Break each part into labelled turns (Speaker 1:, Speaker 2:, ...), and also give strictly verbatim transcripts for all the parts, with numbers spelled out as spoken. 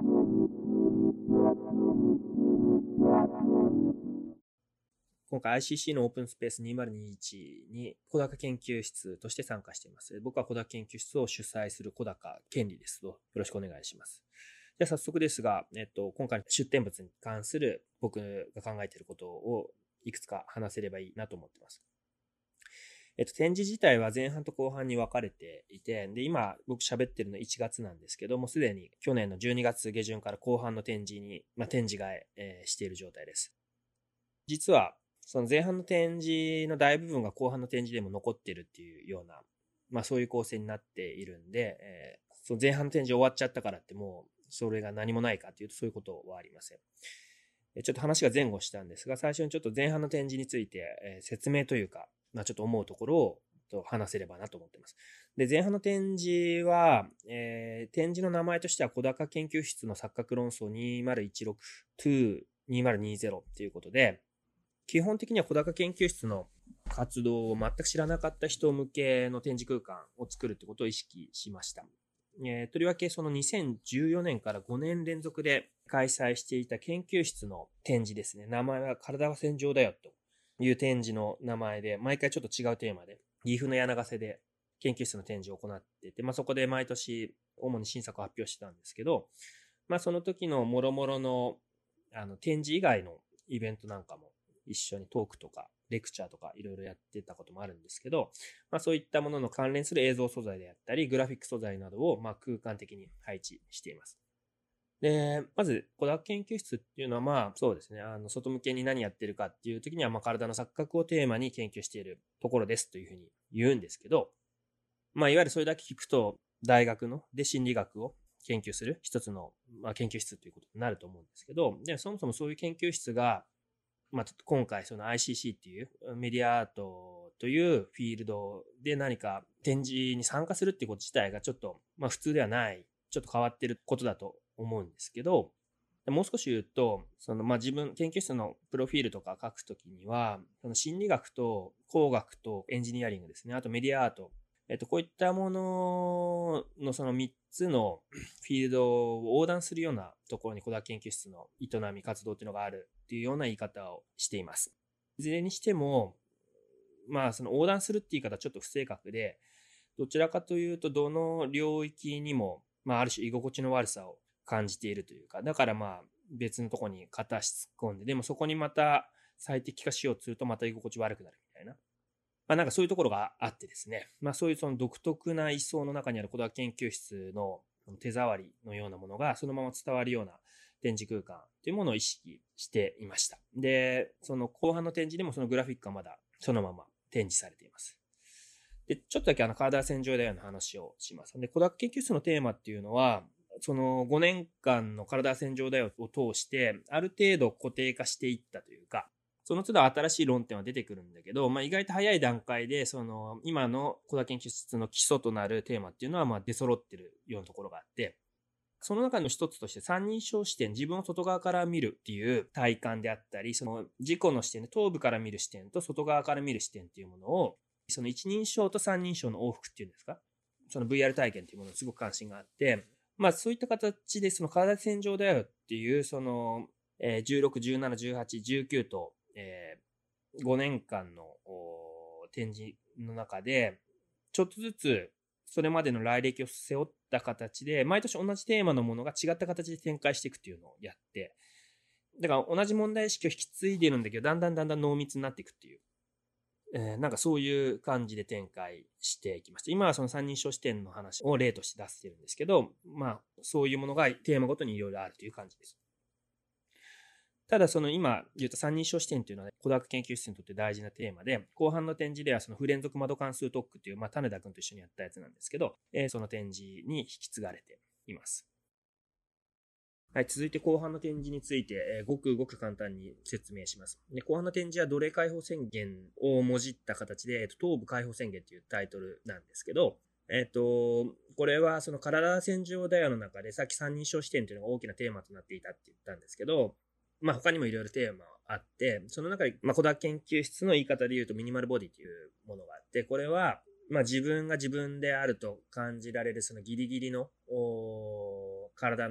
Speaker 1: 今回 アイシーシー のオープンスペースにせんにじゅういちに小高研究室として参加しています。僕は小高研究室を主催する小高健理ですと。よろしくお願いします。じゃあ早速ですが、えっと、今回の出展物に関する僕が考えていることをいくつか話せればいいなと思っています。えっと、展示自体は前半と後半に分かれていて、で、今僕喋ってるのいちがつなんですけども、すでに去年のじゅうにがつ下旬から後半の展示に、まあ、展示替ええーしている状態です。実は、その前半の展示の大部分が後半の展示でも残ってるっていうような、まあそういう構成になっているんで、えー、その前半の展示終わっちゃったからってもうそれが何もないかっていうとそういうことはありません。ちょっと話が前後したんですが、最初にちょっと前半の展示について、えー、説明というか、まあちょっと思うところをと話せればなと思っています。で、前半の展示は、えー、展示の名前としては小高研究室の錯覚論争にせんじゅうろく to にせんにじゅうっていうことで、基本的には小高研究室の活動を全く知らなかった人向けの展示空間を作るってことを意識しました。えー、とりわけそのにせんじゅうよねんからごねん連続で開催していた研究室の展示ですね。名前は体は戦場だよという展示の名前で、毎回ちょっと違うテーマで、岐阜の柳ヶ瀬で研究室の展示を行っていて、まあそこで毎年主に新作を発表してたんですけど、まあその時の諸々のあの展示以外のイベントなんかも一緒にトークとかレクチャーとかいろいろやってたこともあるんですけど、まあそういったものの関連する映像素材であったり、グラフィック素材などをまあ空間的に配置しています。で、まず、小高研究室っていうのはまあそうですね、あの外向けに何やってるかっていう時にはまあ体の錯覚をテーマに研究しているところですというふうに言うんですけど、まあいわゆるそれだけ聞くと大学ので心理学を研究する一つの、まあ、研究室ということになると思うんですけど、でそもそもそういう研究室がまあ、今回その アイシーシー っていうメディアアートというフィールドで何か展示に参加するっていうこと自体がちょっとまあ普通ではない、ちょっと変わってることだと思うんですけど、もう少し言うと、そのまあ自分、研究室のプロフィールとか書くときには、その心理学と工学とエンジニアリングですね、あとメディアアート、えっと、こういったもののそのみっつのフィールドを横断するようなところに小高研究室の営み活動っていうのがあるっていうような言い方をしています。いずれにしても、まあその横断するって言い方はちょっと不正確で、どちらかというとどの領域にも、まあある種居心地の悪さを感じているというか、だからまあ別のところに片足突っ込んで、でもそこにまた最適化しようとするとまた居心地悪くなるみたいな。まあなんかそういうところがあってですね、まあそういうその独特な位相の中にある小高研究室の手触りのようなものがそのまま伝わるような展示空間というものを意識していました。で、その後半の展示でもそのグラフィックがまだそのまま展示されています。で、ちょっとだけあの体は戦場だような話をします。で、小高研究室のテーマっていうのは、そのごねんかんの体は戦場だよを通して、ある程度固定化していったというか、その都度新しい論点は出てくるんだけど、まあ、意外と早い段階で、その、今の小高研究室の基礎となるテーマっていうのは、まあ、出揃ってるようなところがあって、その中の一つとして三人称視点、自分を外側から見るっていう体感であったり、その自己の視点で頭部から見る視点と外側から見る視点っていうものを、その一人称と三人称の往復っていうんですか、その ブイアール 体験っていうものにすごく関心があって、まあそういった形でその体戦場だよっていう、その、えー、じゅうろく、じゅうなな、じゅうはち、じゅうきゅうと、えー、ごねんかんの展示の中で、ちょっとずつそれまでの来歴を背負った形で、毎年同じテーマのものが違った形で展開していくっていうのをやって、だから同じ問題意識を引き継いでるんだけど、だんだんだんだん濃密になっていくっていう、えー、なんかそういう感じで展開していきました。今はその三人称視点の話を例として出してるんですけど、まあそういうものがテーマごとにいろいろあるという感じです。ただその今言った三人称視点というのは、ね、小高研究室にとって大事なテーマで、後半の展示ではその不連続窓関数特区という、まあ、種田君と一緒にやったやつなんですけど、えー、その展示に引き継がれています。はい、続いて後半の展示について、えー、ごくごく簡単に説明します。で後半の展示は奴隷解放宣言をもじった形で、えー、と東部解放宣言というタイトルなんですけど、えっ、ー、と、これはその体戦場ダイヤの中でさっき三人称視点というのが大きなテーマとなっていたって言ったんですけど、まあ他にもいろいろテーマあって、その中で、まあ小高研究室の言い方で言うとミニマルボディというものがあって、これは、まあ自分が自分であると感じられるそのギリギリの体の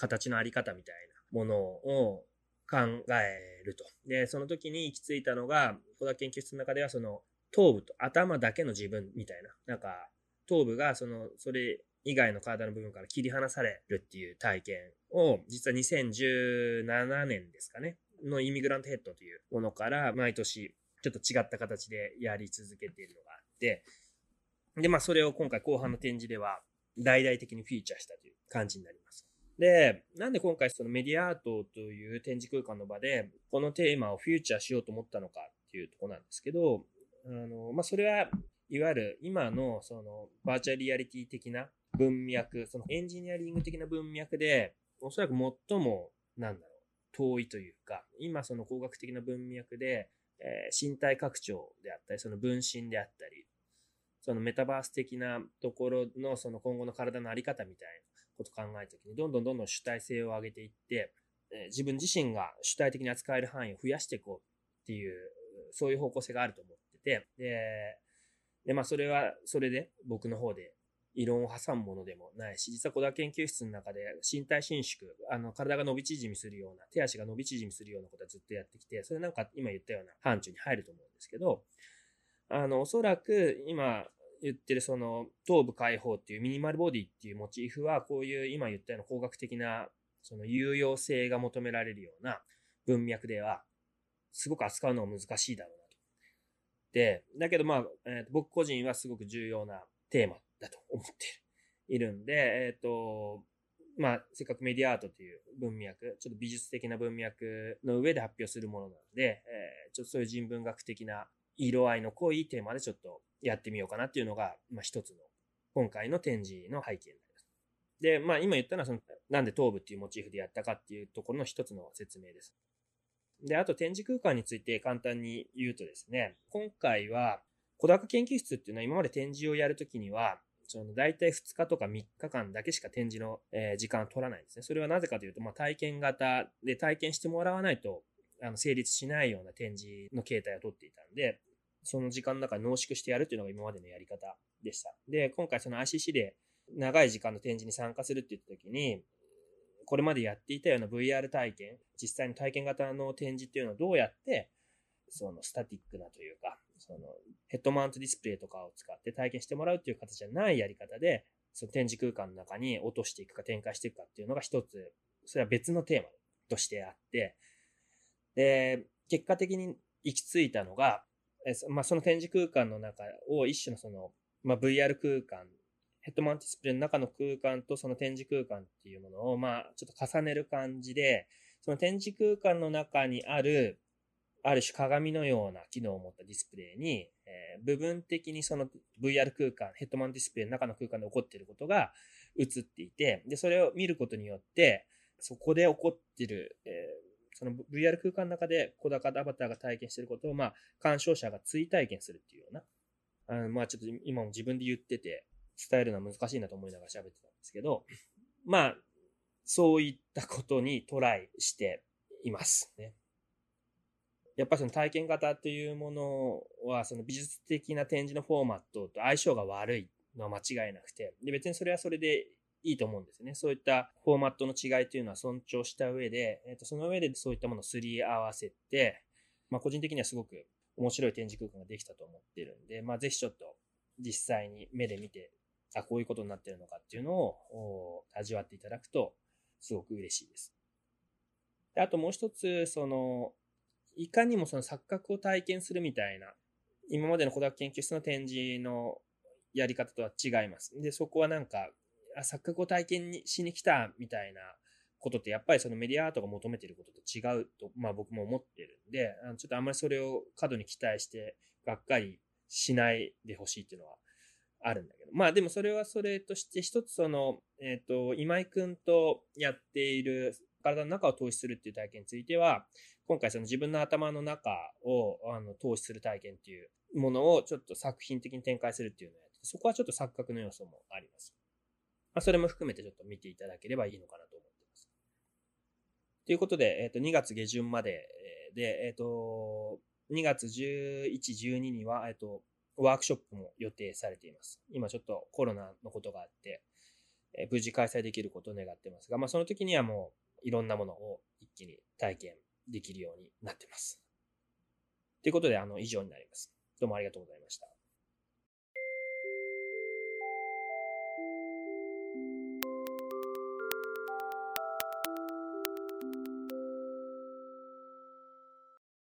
Speaker 1: 形のあり方みたいなものを考えると。で、その時に行き着いたのが、小田研究室の中ではその頭部と頭だけの自分みたいな。なんか、頭部がその、それ以外の体の部分から切り離されるっていう体験を、実はにせんじゅうななねんですかね、のイミグラントヘッドというものから毎年ちょっと違った形でやり続けているのがあって、で、まあそれを今回後半の展示では大々的にフィーチャーしたという感じになります。で、なんで今回そのメディアアートという展示空間の場でこのテーマをフィーチャーしようと思ったのかっていうところなんですけど、あの、まあそれはいわゆる今のそのバーチャルリアリティ的な文脈、そのエンジニアリング的な文脈でおそらく最もなんだろう、遠いというか、今その工学的な文脈で、えー、身体拡張であったり、その分身であったり、そのメタバース的なところのその今後の体のあり方みたいなことを考えたときに、どんどんどんどん主体性を上げていって、えー、自分自身が主体的に扱える範囲を増やしていこうっていう、そういう方向性があると思ってて、で、でまあそれはそれで僕の方で異論を挟むものでもないし、実は小田研究室の中で身体伸縮、あの体が伸び縮みするような、手足が伸び縮みするようなことはずっとやってきて、それなんか今言ったような範疇に入ると思うんですけど、あの、おそらく今言ってるその頭部解放っていうミニマルボディっていうモチーフは、こういう今言ったような工学的なその有用性が求められるような文脈では、すごく扱うのは難しいだろうなと。で、だけどまあ、えーと、僕個人はすごく重要なテーマだと思っているんで、えっと、まあ、せっかくメディアアートという文脈、ちょっと美術的な文脈の上で発表するものなので、えー、ちょっとそういう人文学的な色合いの濃いテーマでちょっとやってみようかなっていうのが、まあ一つの今回の展示の背景になります。で、まあ今言ったのはその、なんで頭部っていうモチーフでやったかっていうところの一つの説明です。で、あと展示空間について簡単に言うとですね、今回は小高研究室っていうのは今まで展示をやるときには、その大体ふつかとかみっかかんだけしか展示の、えー、時間を取らないんですね。それはなぜかというと、まあ、体験型で体験してもらわないとあの成立しないような展示の形態を取っていたんで、その時間の中に濃縮してやるっていうのが今までのやり方でした。で、今回その アイシーシー で長い時間の展示に参加するって言ったときに、これまでやっていたような ブイアール 体験、実際の体験型の展示っていうのをどうやって、そのスタティックなというか、そのヘッドマウントディスプレイとかを使って体験してもらうっていう形じゃないやり方で、その展示空間の中に落としていくか展開していくかっていうのが一つ、それは別のテーマとしてあって、で、結果的に行き着いたのが、まあ、その展示空間の中を一種のその、まあ、ブイアール 空間、ヘッドマウントディスプレイの中の空間とその展示空間っていうものを、まあ、ちょっと重ねる感じで、その展示空間の中にある、ある種鏡のような機能を持ったディスプレイに、えー、部分的にその ブイアール 空間、ヘッドマウントディスプレイの中の空間で起こっていることが映っていて、で、それを見ることによって、そこで起こっている、えー、その ブイアール 空間の中で小高アバターが体験していることを、まあ、鑑賞者が追体験するっていうような、あのまあ、ちょっと今も自分で言ってて、伝えるのは難しいなと思いながら喋ってたんですけど、まあ、そういったことにトライしていますね。やっぱりその体験型というものは、その美術的な展示のフォーマットと相性が悪いのは間違いなくて、で別にそれはそれでいいと思うんですね。そういったフォーマットの違いというのは尊重した上で、えー、とその上でそういったものをすり合わせて、まあ個人的にはすごく面白い展示空間ができたと思っているんで、まあぜひちょっと実際に目で見て、あ、こういうことになっているのかっていうのを味わっていただくとすごく嬉しいです。であともう一つ、その、いかにもその錯覚を体験するみたいな、今までの小高研究室の展示のやり方とは違います。で、そこはなんか、あ、錯覚を体験にしに来たみたいなことってやっぱりそのメディアアートが求めていることと違うと、まあ僕も思ってるんで、ちょっとあんまりそれを過度に期待してがっかりしないでほしいっていうのはあるんだけど。まあでもそれはそれとして一つその、えっと、今井くんとやっている体の中を投資するっていう体験については、今回その自分の頭の中をあの投資する体験っていうものをちょっと作品的に展開するっていうのをやって、そこはちょっと錯覚の要素もあります。まあ、それも含めてちょっと見ていただければいいのかなと思っています。ということで、えっと、にがつ下旬までで、えっと、にがつじゅういち、じゅうにには、えっと、ワークショップも予定されています。今ちょっとコロナのことがあって、 えー無事開催できることを願ってますが、まあその時にはもういろんなものを一気に体験できるようになってます。ということで、あの、以上になります。どうもありがとうございました。